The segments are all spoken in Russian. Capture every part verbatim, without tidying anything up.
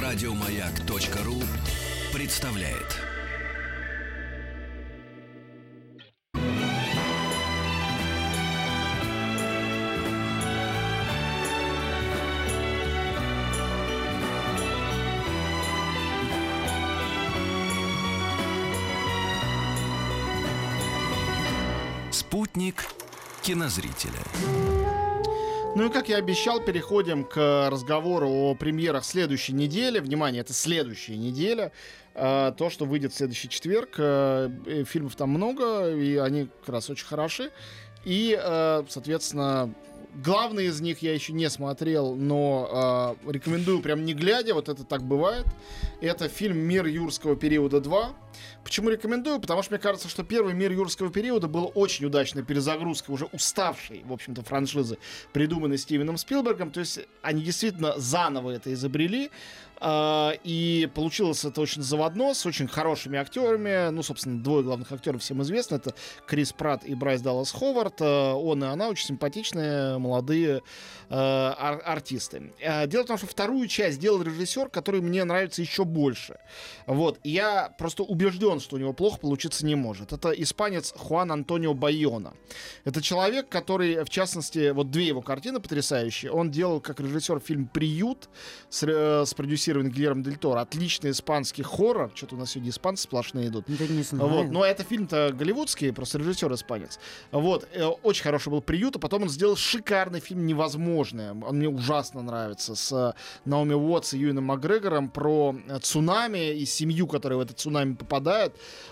Радиомаяк.ру представляет. Спутник кинозрителя. Ну и, как я обещал, переходим к разговору о премьерах следующей недели. Внимание, это следующая неделя. А, то, что выйдет в следующий четверг. А, фильмов там много, и они как раз очень хороши. И, а, соответственно, главный из них я еще не смотрел, но а, рекомендую прям не глядя, вот это так бывает. Это фильм «Мир юрского периода два». Почему рекомендую? Потому что мне кажется, что первый «Мир юрского периода» был очень удачной перезагрузкой уже уставшей, в общем-то, франшизы, придуманной Стивеном Спилбергом. То есть они действительно заново это изобрели. И получилось это очень заводно, с очень хорошими актерами. Ну, собственно, двое главных актеров всем известны. Это Крис Пратт и Брайс Даллас Ховард. Он и она очень симпатичные, молодые ар- артисты. Дело в том, что вторую часть делал режиссер, который мне нравится еще больше. Вот. И я просто убежден, что у него плохо получиться не может. Это испанец Хуан Антонио Байона. Это человек, который, в частности, вот две его картины потрясающие. Он делал как режиссер фильм «Приют» с, с продюсером Гильермо Дель Торо. Отличный испанский хоррор. Что-то у нас сегодня испанцы сплошные идут. Да не знаю. Вот. Но это фильм-то голливудский, просто режиссер испанец. Вот. Очень хороший был «Приют», а потом он сделал шикарный фильм «Невозможное». Он мне ужасно нравится. С Наоми Уотс и Юэном Макгрегором про цунами и семью, которая в этот цунами попадает.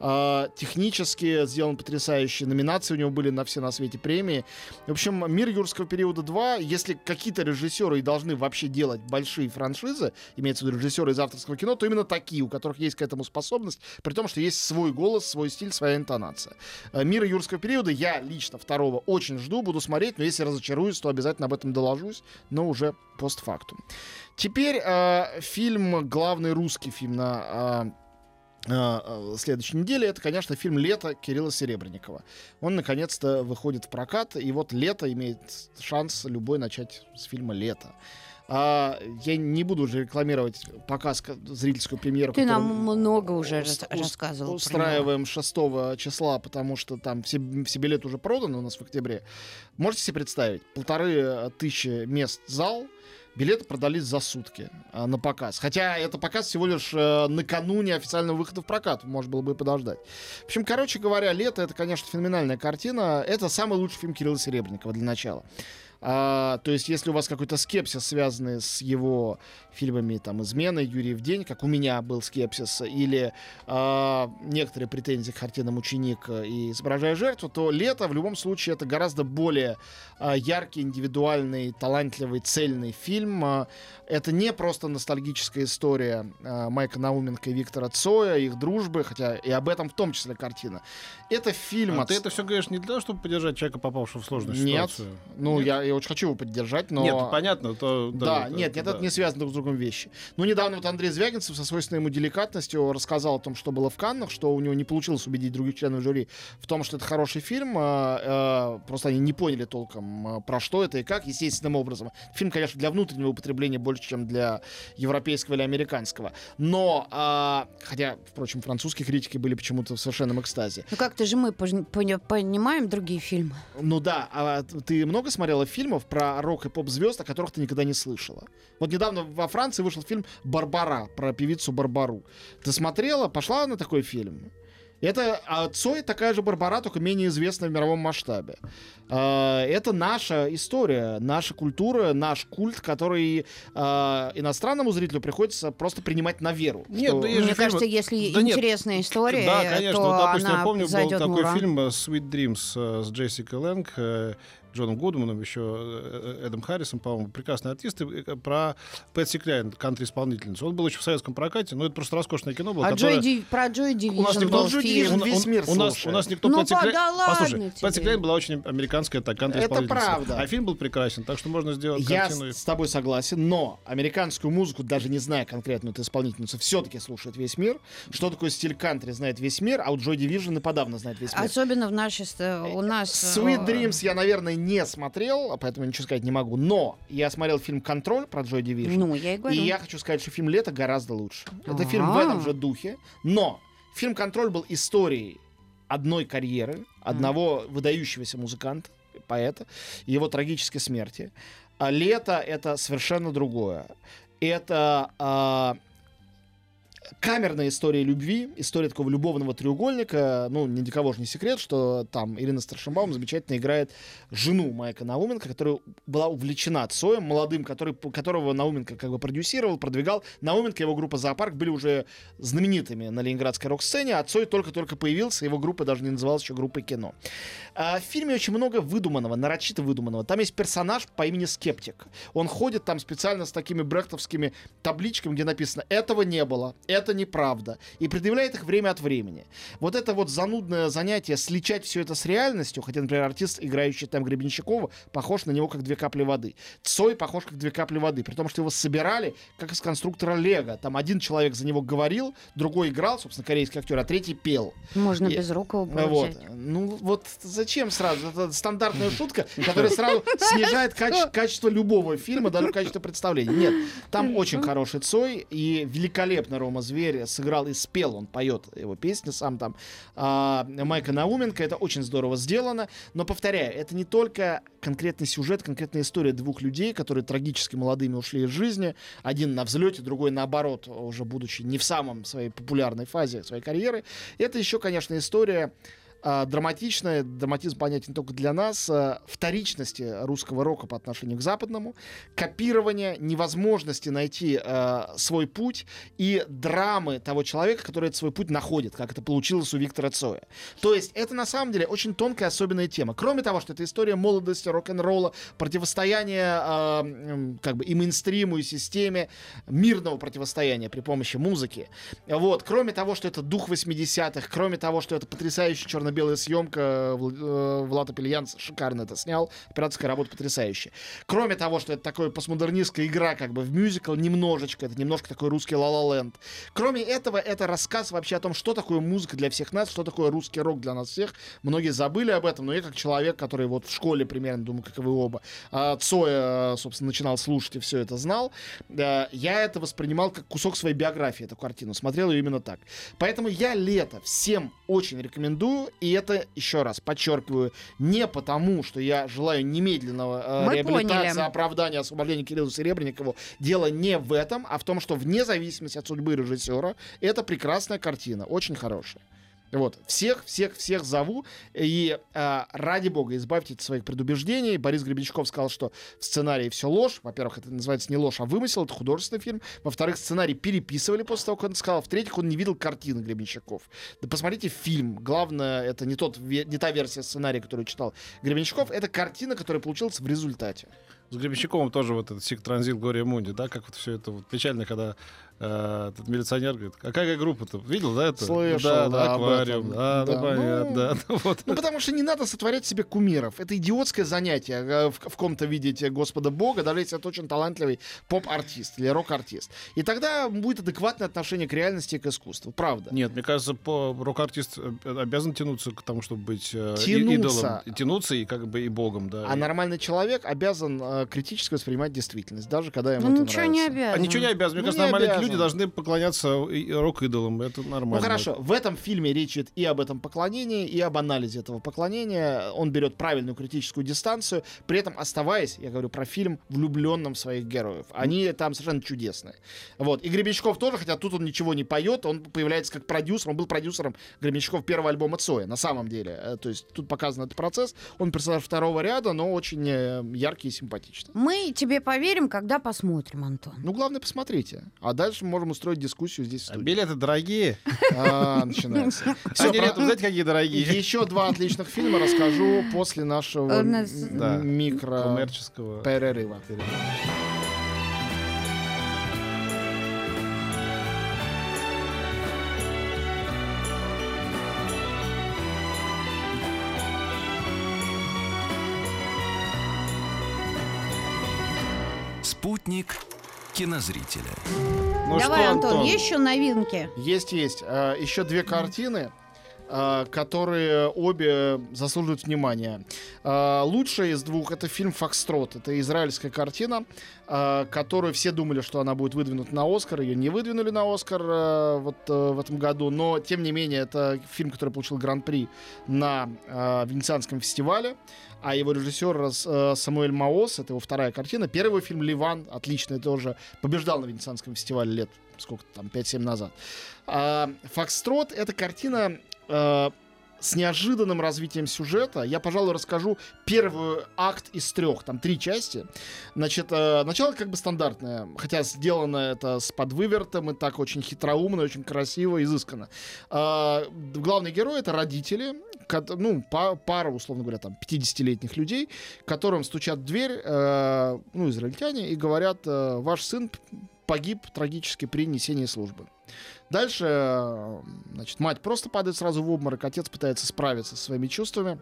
Технически сделан потрясающий. Номинации у него были на все на свете премии. В общем, «Мир юрского периода два», если какие-то режиссеры и должны вообще делать большие франшизы, имеется в виду режиссеры из авторского кино, то именно такие, у которых есть к этому способность, при том, что есть свой голос, свой стиль, своя интонация. «Мир юрского периода» я лично второго очень жду, буду смотреть, но если разочаруюсь, то обязательно об этом доложусь, но уже постфактум. Теперь э, фильм, главный русский фильм на... Э, следующей неделе, это, конечно, фильм «Лето» Кирилла Серебренникова. Он, наконец-то, выходит в прокат, и вот «Лето» имеет шанс любой начать с фильма «Лето». А, я не буду уже рекламировать показ, зрительскую премьеру. Ты нам много уже ус- ус- рассказывал. Устраиваем шестого числа, потому что там все, все билеты уже проданы у нас в октябре. Можете себе представить? Полторы тысячи мест зал. Билеты продались за сутки а, на показ. Хотя это показ всего лишь а, накануне официального выхода в прокат. Можно было бы и подождать. В общем, короче говоря, «Лето» — это, конечно, феноменальная картина. Это самый лучший фильм Кирилла Серебренникова для начала. А, то есть, если у вас какой-то скепсис, связанный с его фильмами там «Измена», «Юрьев день», как у меня был скепсис, или а, некоторые претензии к картинам «Ученик» и «Изображая жертву», то «Лето» в любом случае это гораздо более а, яркий, индивидуальный, талантливый, цельный фильм. А, это не просто ностальгическая история а, Майка Науменко и Виктора Цоя, их дружбы, хотя и об этом в том числе картина. Это фильм... А от... ты это все говоришь не для того, чтобы поддержать человека, попавшего в сложную Нет. ситуацию? Ну, Нет? я, я очень хочу его поддержать, но... Нет, понятно. То, Да, да, нет, это, нет, да. это не связано друг с другом вещи. Ну, недавно вот Андрей Звягинцев со свойственной ему деликатностью рассказал о том, что было в Каннах, что у него не получилось убедить других членов жюри в том, что это хороший фильм. Э, э, просто они не поняли толком, э, про что это и как, естественным образом. Фильм, конечно, для внутреннего употребления больше, чем для европейского или американского. Но, э, хотя, впрочем, французские критики были почему-то в совершенном экстазе. Ну как-то же мы пож- пони- понимаем другие фильмы. Ну да, а ты много смотрела фильмов про рок и поп-звезд, о которых ты никогда не слышала? Вот недавно во Франции вышел фильм «Барбара», про певицу Барбару. Ты смотрела? Пошла на такой фильм? Это а Цой такая же Барбара, только менее известная в мировом масштабе. А, это наша история, наша культура, наш культ, который а, иностранному зрителю приходится просто принимать на веру. Нет, что... да есть Мне же кажется, фильмы- если Да нет. интересная история, Да, конечно. то Вот, допустим, она я помню, был зайдет такой на ура. фильм «Sweet Dreams» с Джессикой Лэнг, э, Джоном Гудманом, еще Эдом Харрисом, по-моему, прекрасные артисты, про Пэтси Кляйн, кантри-исполнительницу. Он был еще в советском прокате, но это просто роскошное кино было. А которое... Джой Ди... про Джой У нас Дивижн никто был Джой фильм. Дивижн весь мир у, нас, слушает. у нас никто Ну, Пэтси Кляйн... да ладно Послушай, тебе. Пэтси Кляйн была очень американская так, кантри-исполнительница. Это правда. А фильм был прекрасен, так что можно сделать Я картину. с тобой согласен, но американскую музыку, даже не зная конкретно эту исполнительницу, все-таки слушает весь мир. Что такое стиль кантри, знает весь мир, а у Джой Дивижн и подавно знает весь мир. Особенно в нашей... ст- У нас... Sweet э, Dreams я, наверное, не смотрел, поэтому ничего сказать не могу. Но я смотрел фильм «Контроль» про Джой Дивишн. Ну, я и говорю. И я хочу сказать, что фильм «Лето» гораздо лучше. Это фильм в А-а-а. этом же духе. Но фильм «Контроль» был историей одной карьеры, одного выдающегося музыканта, поэта, и его трагической смерти. А «Лето» — это совершенно другое. Это а, камерная история любви, история такого любовного треугольника. Ну, ни для кого же не секрет, что там Ирина Старшенбаум замечательно играет жену Майка Науменко, которая была увлечена Цоем, молодым, который, которого Науменко как бы продюсировал, продвигал. Науменко и его группа «Зоопарк» были уже знаменитыми на ленинградской рок-сцене, а Цой только-только появился, его группа даже не называлась еще группой кино. А в фильме очень много выдуманного, нарочито выдуманного. Там есть персонаж по имени Скептик. Он ходит там специально с такими брехтовскими табличками, где написано «этого не было», «это неправда», и предъявляет их время от времени. Вот это вот занудное занятие сличать все это с реальностью, хотя, например, артист, играющий там Гребенщикова, похож на него как две капли воды. Цой похож как две капли воды, при том, что его собирали как из конструктора Лего. Там один человек за него говорил, другой играл, собственно, корейский актер, а третий пел. Можно И- без рукового Вот. взять. Ну вот зачем сразу? Это стандартная шутка, которая сразу снижает каче- качество любого фильма, даже качество представления. Нет, там очень хороший Цой, и великолепно Рома Зверь сыграл и спел, он поет его песни сам там, а, Майка Науменко, это очень здорово сделано, но, повторяю, это не только конкретный сюжет, конкретная история двух людей, которые трагически молодыми ушли из жизни, один на взлете, другой наоборот, уже будучи не в самом своей популярной фазе своей карьеры. Это еще, конечно, история а, драматичная, драматизм понятен только для нас, а, вторичности русского рока по отношению к западному, копирования, невозможности найти а, свой путь и драмы того человека, который этот свой путь находит, как это получилось у Виктора Цоя. То есть это на самом деле очень тонкая, особенная тема. Кроме того, что это история молодости, рок-н-ролла, противостояния а, м, как бы и мейнстриму, и системе, мирного противостояния при помощи музыки. Вот. Кроме того, что это дух восьмидесятых, кроме того, что это потрясающая черно-белая съемка, Вл- э, Влад Апельянц шикарно это снял, операторская работа потрясающая. Кроме того, что это такая постмодернистская игра как бы в мюзикл немножечко, это немножко такой русский Ла-Ла Ленд. Кроме этого, это рассказ вообще о том, что такое музыка для всех нас, что такое русский рок для нас всех. Многие забыли об этом, но я как человек, который вот в школе примерно, думаю, как и вы оба, а, Цоя, собственно, начинал слушать и все это знал, да, я это воспринимал как кусок своей биографии, эту картину, смотрел ее именно так. Поэтому я «Лето» всем очень рекомендую, и это, еще раз подчеркиваю, не потому, что я желаю немедленного э, Мы реабилитации, поняли. оправдания, освобождения Кириллу Серебренникову. Дело не в этом, а в том, что вне зависимости от судьбы режиссера, это прекрасная картина, очень хорошая. Вот. Всех, всех, всех зову. И э, ради бога, избавьтесь от своих предубеждений. Борис Гребенщиков сказал, что в сценарии все ложь. Во-первых, это называется не ложь, а вымысел. Это художественный фильм. Во-вторых, сценарий переписывали после того, как он сказал. В-третьих, он не видел картины Гребенщиков. Да посмотрите фильм. Главное, это не, тот, ве- не та версия сценария, которую читал Гребенщиков. Это картина, которая получилась в результате. С Гребенщиковым тоже вот этот Сик Транзит, Глория Мунди, да, как вот все это вот печально, когда э, этот милиционер говорит, а какая группа-то? Видел, да, это? Слышал, да, да, об аквариум, этом. да, да, Да, понятно, ну, да, ну, вот. Ну, потому что не надо сотворять себе кумиров. Это идиотское занятие э, в, в ком-то видеть Господа Бога, даже если это очень талантливый поп-артист или рок-артист. И тогда будет адекватное отношение к реальности и к искусству. Правда. Нет, мне кажется, по рок-артист обязан тянуться к тому, чтобы быть э, и- Тянуться. идолом. И тянуться и как бы и богом, да. А И- нормальный человек обязан э, критически воспринимать действительность, даже когда ему Ну, это ничего нравится. не А обязан. ничего не обязан. Мне Ну, кажется, не нормальные обязан. люди должны поклоняться и- рок-идолам. Это нормально. Ну хорошо, в этом фильме речь идет и об этом поклонении, и об анализе этого поклонения. Он берет правильную критическую дистанцию, при этом оставаясь, я говорю про фильм, влюбленным в своих героев. Они там совершенно чудесные. Вот. И Гребенщиков тоже, хотя тут он ничего не поет, он появляется как продюсер, он был продюсером Гребенщиков первого альбома Цоя, на самом деле. Э, То есть тут показан этот процесс. Он персонаж второго ряда, но очень э, яркий и симпатичный. Мы тебе поверим, когда посмотрим, Антон. Ну, главное, посмотрите. А дальше мы можем устроить дискуссию здесь в А студии. билеты дорогие. А, начинается. Всё, Они про- летом, знаете, какие дорогие? Еще два отличных фильма расскажу после нашего У нас- м- Да. микро Коммерческого. перерыва. Спутник кинозрителя. Ну Давай, что, Антон, есть еще новинки? Есть, есть. А, еще две картины. э, которые обе заслуживают внимания. Э, лучшая из двух — это фильм «Фокстрот». Это израильская картина, э, которую все думали, что она будет выдвинута на «Оскар». Ее не выдвинули на «Оскар» э, вот, э, в этом году, но, тем не менее, это фильм, который получил гран-при на э, Венецианском фестивале. А его режиссер э, Самуэль Маос, это его вторая картина. Первый фильм «Ливан», отличный тоже, побеждал на Венецианском фестивале лет, сколько там, пять-семь назад. А «Фокстрот» — это картина э, с неожиданным развитием сюжета. Я, пожалуй, расскажу первый акт из трех, там три части. Значит, э, начало как бы стандартное, хотя сделано это с подвывертом и так очень хитроумно, очень красиво, изысканно. Э, главный герой — это родители, ну, пара, условно говоря, там, пятидесятилетних людей, которым стучат в дверь, э, ну, израильтяне, и говорят: э, ваш сын погиб трагически при несении службы. Дальше, э, значит, мать просто падает сразу в обморок, отец пытается справиться со своими чувствами.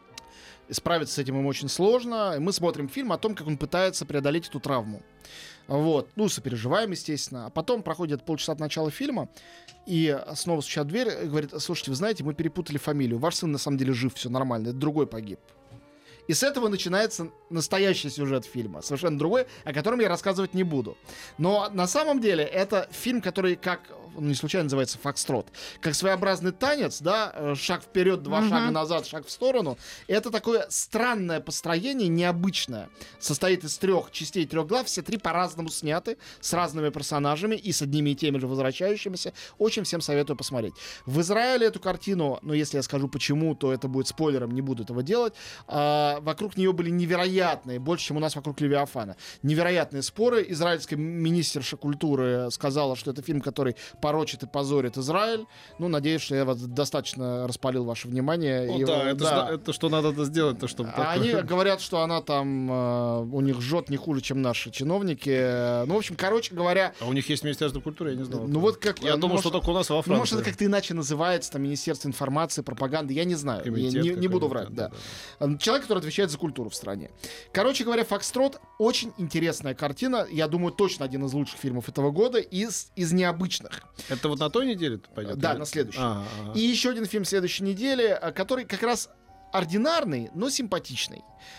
И справиться с этим им очень сложно. И мы смотрим фильм о том, как он пытается преодолеть эту травму. Вот. Ну, сопереживаем, естественно. А потом проходит полчаса от начала фильма, и снова стучат в дверь и говорит: слушайте, вы знаете, мы перепутали фамилию. Ваш сын на самом деле жив, все нормально, это другой погиб. И с этого начинается настоящий сюжет фильма, совершенно другой, о котором я рассказывать не буду. Но на самом деле это фильм, который, как он не случайно называется «Фокстрот», как своеобразный танец, да, шаг вперед, два uh-huh. шага назад, шаг в сторону. Это такое странное построение, необычное. Состоит из трех частей, трех глав, все три по-разному сняты, с разными персонажами и с одними и теми же возвращающимися. Очень всем советую посмотреть. В Израиле эту картину, ну, если я скажу почему, то это будет спойлером, не буду этого делать, а, вокруг нее были невероятные, больше, чем у нас вокруг «Левиафана», невероятные споры. Израильская министерша культуры сказала, что это фильм, который порочит и позорит Израиль. Ну, надеюсь, что я вас достаточно распалил ваше внимание. О, и, да, это, да. Что, это что надо сделать-то, чтобы... А они говорят, что она там, э, у них жжет не хуже, чем наши чиновники. Ну, в общем, короче говоря... А у них есть Министерство культуры, я не знал. Ну, вот как... Я ну, думал, может, что только у нас во Франции. Ну, может, это как-то иначе называется, там, Министерство информации, пропаганды, я не знаю. Я не, не буду врать, да. да, да. Человек, который отвечает за культуру в стране. Короче говоря, «Фокстрот» очень интересная картина. Я думаю, точно один из лучших фильмов этого года из, из необычных. Это вот на той неделе пойдет? Да, или? на следующей. А, а, И еще один фильм следующей недели, который как раз ординарный, но симпатичный.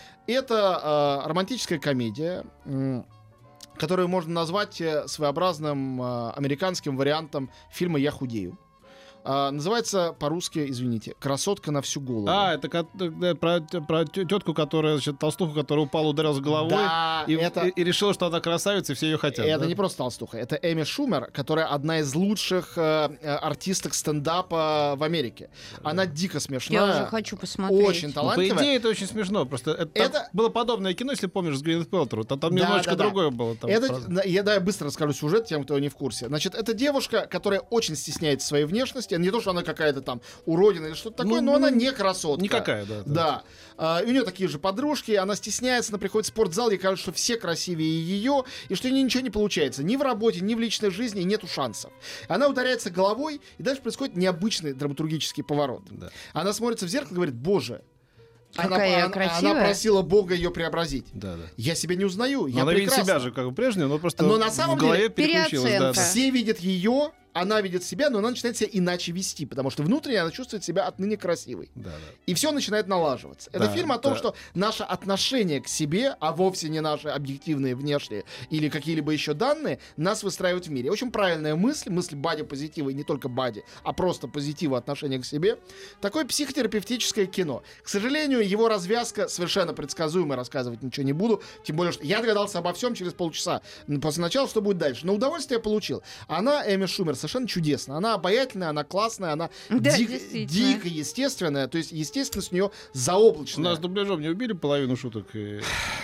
Это э, романтическая комедия, э, которую можно назвать своеобразным э, американским вариантом фильма «Я худею». А, называется по-русски, извините, «Красотка на всю голову». А, это ко- да, про, про тетку, которая, значит, толстуху, которая упала, ударилась головой, да, и, это... и, и решила, что она красавица, и все ее хотят. Это да? не просто толстуха, это Эми Шумер, которая одна из лучших э, артисток стендапа в Америке. Она дико смешная. Я уже хочу посмотреть. Очень Ну, талантливая. по идее, это очень смешно. Просто это, Это- там было подобное кино, если помнишь, с Гвинет Пэлтроу. Там, там Да, немножечко да, да. другое было. Там, Это, правда. на- я, да, я быстро расскажу сюжет тем, кто не в курсе. Значит, это девушка, которая очень стесняется своей внешности. Не то, что она какая-то там уродина или что-то такое, Ну, но ну, она не красотка. Никакая, да. Да. А, и у нее такие же подружки, она стесняется, она приходит в спортзал, ей кажется, что все красивее ее, и что у нее ничего не получается. Ни в работе, ни в личной жизни, и нету шансов. Она ударяется головой, и дальше происходит необычный драматургический поворот. Да. Она смотрится в зеркало и говорит: боже, она, Какая я она- красивая. она просила Бога ее преобразить. Да, да. Я себя не узнаю, Но я она видит прекрасна. себя же, как бы прежнюю, но просто Но на самом в голове деле переключилась. Да, да. переоценка. Все видят ее, она видит себя, но она начинает себя иначе вести, потому что внутренне она чувствует себя отныне красивой. Да, да. И все начинает налаживаться. Это Да, фильм о том, да. что наше отношение к себе, а вовсе не наши объективные внешние или какие-либо еще данные, нас выстраивают в мире. Очень правильная мысль, мысль боди-позитива, и не только боди, а просто позитива отношения к себе. Такое психотерапевтическое кино. К сожалению, его развязка совершенно предсказуемая, рассказывать ничего не буду. Тем более, что я догадался обо всем через полчаса после начала, что будет дальше. Но удовольствие я получил. Она, Эми Шумер, совершенно чудесная. Она обаятельная, она классная, она Да, дик- действительно. дико естественная. То есть, естественность у нее У заоблачная. нас дубляжом не убили половину шуток. И...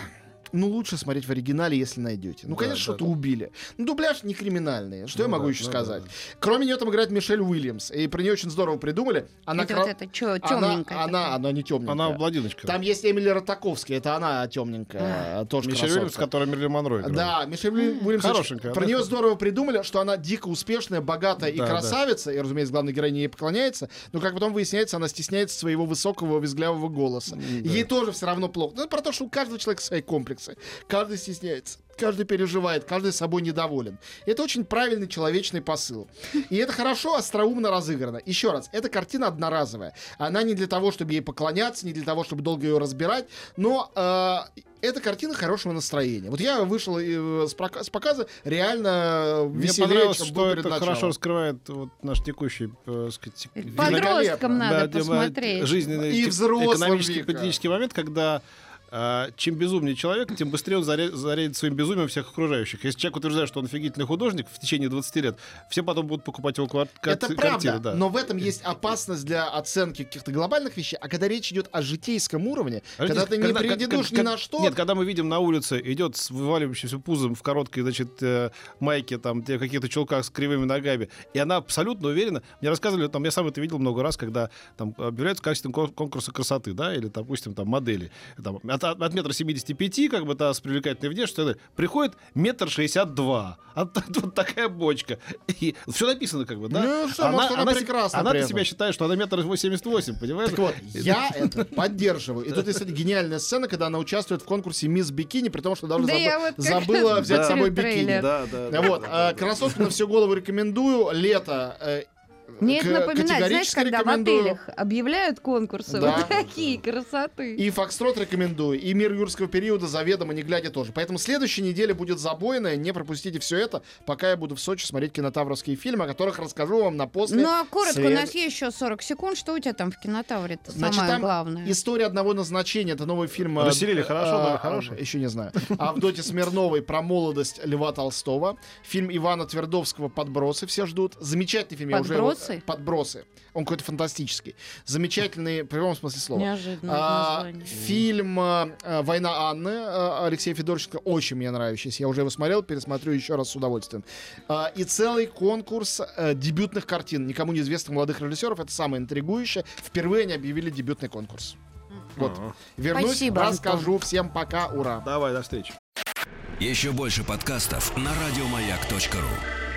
Ну, лучше смотреть в оригинале, если найдете. Ну, Да, конечно, да, что-то да. убили. Ну, дубляж не криминальный. Что Ну я могу да, еще ну сказать? да. Кроме нее там играет Мишель Уильямс. И про нее очень здорово придумали. Она Это кра- вот это чё, она, тёмненькая она, такая. она не темненькая. Она бладиночка. Там есть Эмили Ротаковская, это она темненькая, тоже Мишель красотка. Уильямс, которая Мерлин Монро играла. Да, Мишель Уильямс. Хорошенькая, Про да. нее здорово придумали, что она дико успешная, богатая и Да, красавица. И, разумеется, главная героиня ей поклоняется. Но, как потом выясняется, она стесняется своего высокого, визглявого голоса. да. Ей тоже все равно плохо. Ну, про то, что у каждого человека свои комплексы. эмоции, каждый стесняется, каждый переживает, каждый собой недоволен. Это очень правильный человечный посыл. И это хорошо, остроумно разыграно. Еще раз, эта картина одноразовая. Она не для того, чтобы ей поклоняться, не для того, чтобы долго ее разбирать, но э, эта картина хорошего настроения. Вот я вышел э, с, прока- с показа реально Мне веселее, понравилось, чем что был перед это началом. хорошо раскрывает вот наш текущий, э, сказать, Подросткам надо да, посмотреть. жизненный, И тип- взрослым экономический, века. политический момент, когда а, чем безумнее человек, тем быстрее он заря- зарядит своим безумием всех окружающих. Если человек утверждает, что он офигительный художник в течение двадцати лет, все потом будут покупать его квар- Это кар- правда, картины. Да. но в этом есть опасность для оценки каких-то глобальных вещей. А когда речь идет о житейском уровне, А когда здесь, ты не когда- претендуешь как- ни как- на что... Нет, когда мы видим на улице, идет с вываливающимся пузом в короткой, значит, э, майке, там, те- каких-то чулках с кривыми ногами, и она абсолютно уверена. Мне рассказывали, там, я сам это видел много раз, когда там объявляются в качестве кон- конкурса красоты, да, или, допустим, там, модели. Там, от, от метра семидесяти пяти, как бы, та с привлекательной внешностью, приходит метр шестьдесят два. А тут вот такая бочка. И все написано, как бы, да? Ну, что, может, она се- прекрасна она при для этом. себя считает, что она метр семьдесят восемь, понимаешь? Так вот, я это поддерживаю. И тут есть, кстати, гениальная сцена, когда она участвует в конкурсе «Мисс Бикини», при том, что даже Да забы- я вот как забыла раз взять с собой смотрю бикини. трейлер. Да, да. Вот, а, кроссовки на всю голову рекомендую. Лето. э, Мне к- это напоминает, знаешь, категорически когда в рекомендую. отелях объявляют конкурсы, Да. вот такие красоты. И «Фокстрот» рекомендую. И «Мир юрского периода» заведомо не глядя тоже. Поэтому следующая неделя будет забойная. Не пропустите все это, пока я буду в Сочи смотреть кинотавровские фильмы, о которых расскажу вам на после. Ну а коротко, у след- нас есть еще сорок секунд. Что у тебя там в кинотавре-то Значит, самое там главное? «История одного назначения». Это новый фильм. э, Расселили хорошо, э, да, хорошо. Еще не знаю. Авдотьи Смирновой про молодость Льва Толстого. Фильм Ивана Твердовского «Подбросы». Все ждут. Замечательный фильм. Я уже его- «Подбросы»? «Подбросы». Он какой-то фантастический. Замечательный, в прямом смысле слова. Неожиданно А, название. фильм э, э, «Война Анны» э, Алексея Федорченко очень мне нравящийся. Я уже его смотрел, пересмотрю еще раз с удовольствием. А, и целый конкурс э, дебютных картин никому неизвестных молодых режиссеров. Это самое интригующее. Впервые они объявили дебютный конкурс. Вот. Ага. Вернусь, Спасибо, расскажу. Всем пока, ура. Давай, до встречи. Еще больше подкастов на радиомаяк точка ру.